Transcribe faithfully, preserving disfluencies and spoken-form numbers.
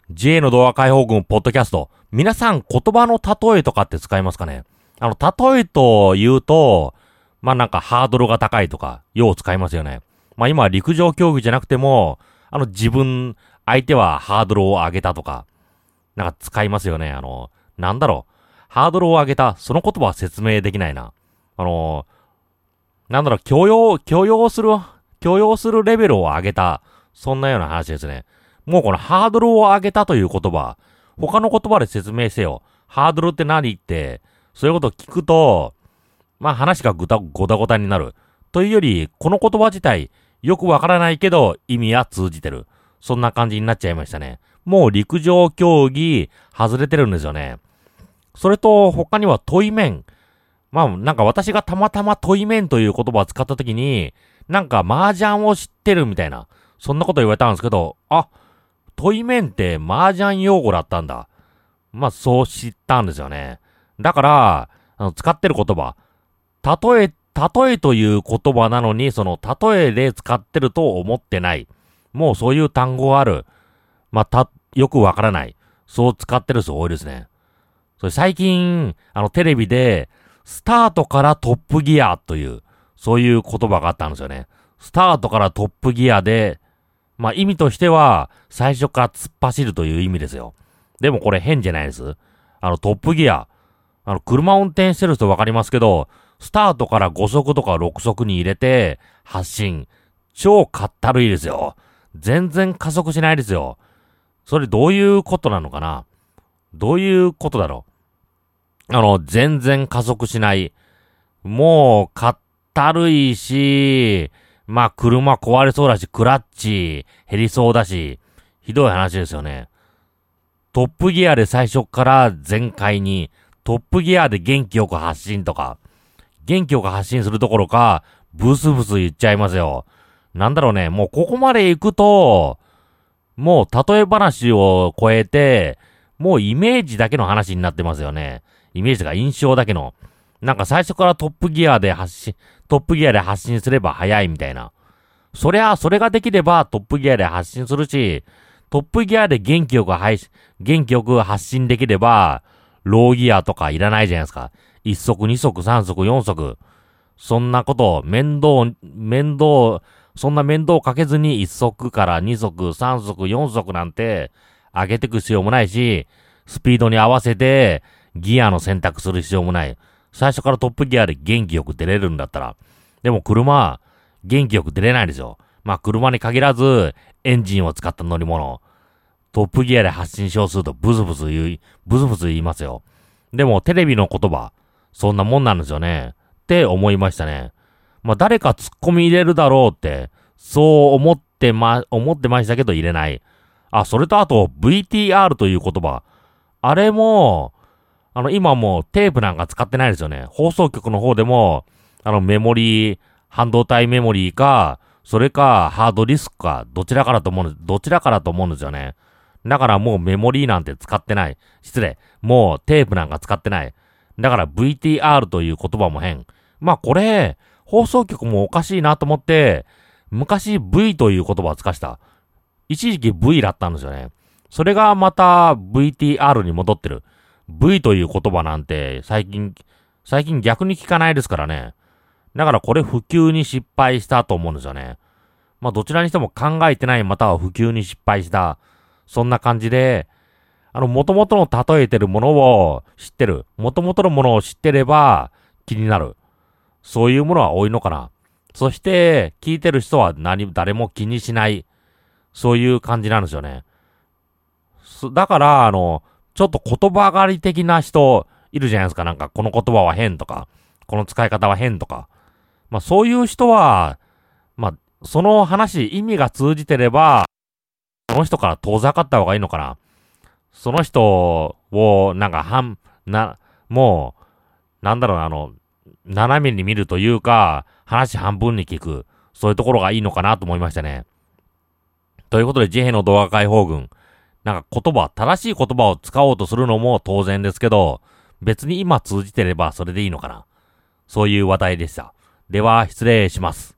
ジェー の動画解放軍ポッドキャスト。皆さん言葉の例えとかって使いますかね？あの、例えと言うと、まあ、なんかハードルが高いとか、よう使いますよね。まあ、今は陸上競技じゃなくても、あの自分、相手はハードルを上げたとか、なんか使いますよね。あの、なんだろう。ハードルを上げた。その言葉は説明できないな。あの、なんだろう、許容、許容する、許容するレベルを上げた。そんなような話ですね。もうこのハードルを上げたという言葉、他の言葉で説明せよ。ハードルって何って、そういうことを聞くと、まあ話がぐた、ごたごたになる。というより、この言葉自体、よくわからないけど、意味は通じてる。そんな感じになっちゃいましたね。もう陸上競技、外れてるんですよね。それと、他には問い面。まあ、なんか私がたまたま問い面という言葉を使ったときに、なんか麻雀を知ってるみたいな、そんなこと言われたんですけど、あ、問い面って麻雀用語だったんだ。まあ、そう知ったんですよね。だから、あの使ってる言葉、例え、例えという言葉なのに、その例えで使ってると思ってない。もうそういう単語がある。まあ、た、よくわからない。そう使ってる人多いですね。それ最近、あのテレビで、スタートからトップギアという、そういう言葉があったんですよね。スタートからトップギアで、まあ意味としては、最初から突っ走るという意味ですよ。でもこれ変じゃないです。あのトップギア、あの車運転してる人わかりますけど、スタートからご速とかろく速に入れて、発進。超かったるいですよ。全然加速しないですよ。それどういうことなのかな？どういうことだろう？あの、全然加速しない。もう、かったるいし、まあ、車壊れそうだし、クラッチ減りそうだし、ひどい話ですよね。トップギアで最初から全開に、トップギアで元気よく発進とか、元気よく発進するどころか、ブスブス言っちゃいますよ。なんだろうね、もうここまで行くと、もう例え話を超えて、もうイメージだけの話になってますよね。イメージが印象だけの。なんか最初からトップギアで発信、トップギアで発信すれば早いみたいな。そりゃ、それができればトップギアで発信するし、トップギアで元気よく配信、元気よく発信できれば、ローギアとかいらないじゃないですか。いっ速、に速、さん速、よん速。そんなこと、面倒、面倒、そんな面倒かけずにいっ速からに速、さん速、よん速なんて上げていく必要もないし、スピードに合わせてギアの選択する必要もない。最初からトップギアで元気よく出れるんだったら。でも車、元気よく出れないですよ。まあ車に限らず、エンジンを使った乗り物。トップギアで発進しようするとブツブツ言い、ブツブツ言いますよ。でもテレビの言葉、そんなもんなんですよね。って思いましたね。まあ誰か突っ込み入れるだろうって、そう思ってま、思ってましたけど入れない。あ、それとあと ブイティーアール という言葉。あれも、あの今もうテープなんか使ってないですよね。放送局の方でも、あのメモリー、半導体メモリーか、それかハードディスクか、どちらからと思うんです、どちらからと思うんですよね。だからもうメモリーなんて使ってない。失礼。もうテープなんか使ってない。だから ブイティーアール という言葉も変。まあこれ、放送局もおかしいなと思って、昔 V という言葉を使した。一時期 V だったんですよね。それがまた ブイティーアール に戻ってる。V という言葉なんて最近、最近逆に聞かないですからね。だからこれ普及に失敗したと思うんですよね。まあどちらにしても考えてないまたは普及に失敗した。そんな感じで、あの元々の例えてるものを知ってる。元々のものを知ってれば気になる。そういうものは多いのかな。そして聞いてる人は何、誰も気にしない。そういう感じなんですよね。だから、あの、ちょっと言葉狩り的な人いるじゃないですか。なんかこの言葉は変とか、この使い方は変とか。まあそういう人は、まあその話意味が通じてれば、その人から遠ざかった方がいいのかな。その人をなんか半、な、もう、なんだろうな、あの、斜めに見るというか、話半分に聞く。そういうところがいいのかなと思いましたね。ということで、ジェヘの動画解放軍。なんか言葉、正しい言葉を使おうとするのも当然ですけど、別に今通じてればそれでいいのかな。そういう話題でした。では、失礼します。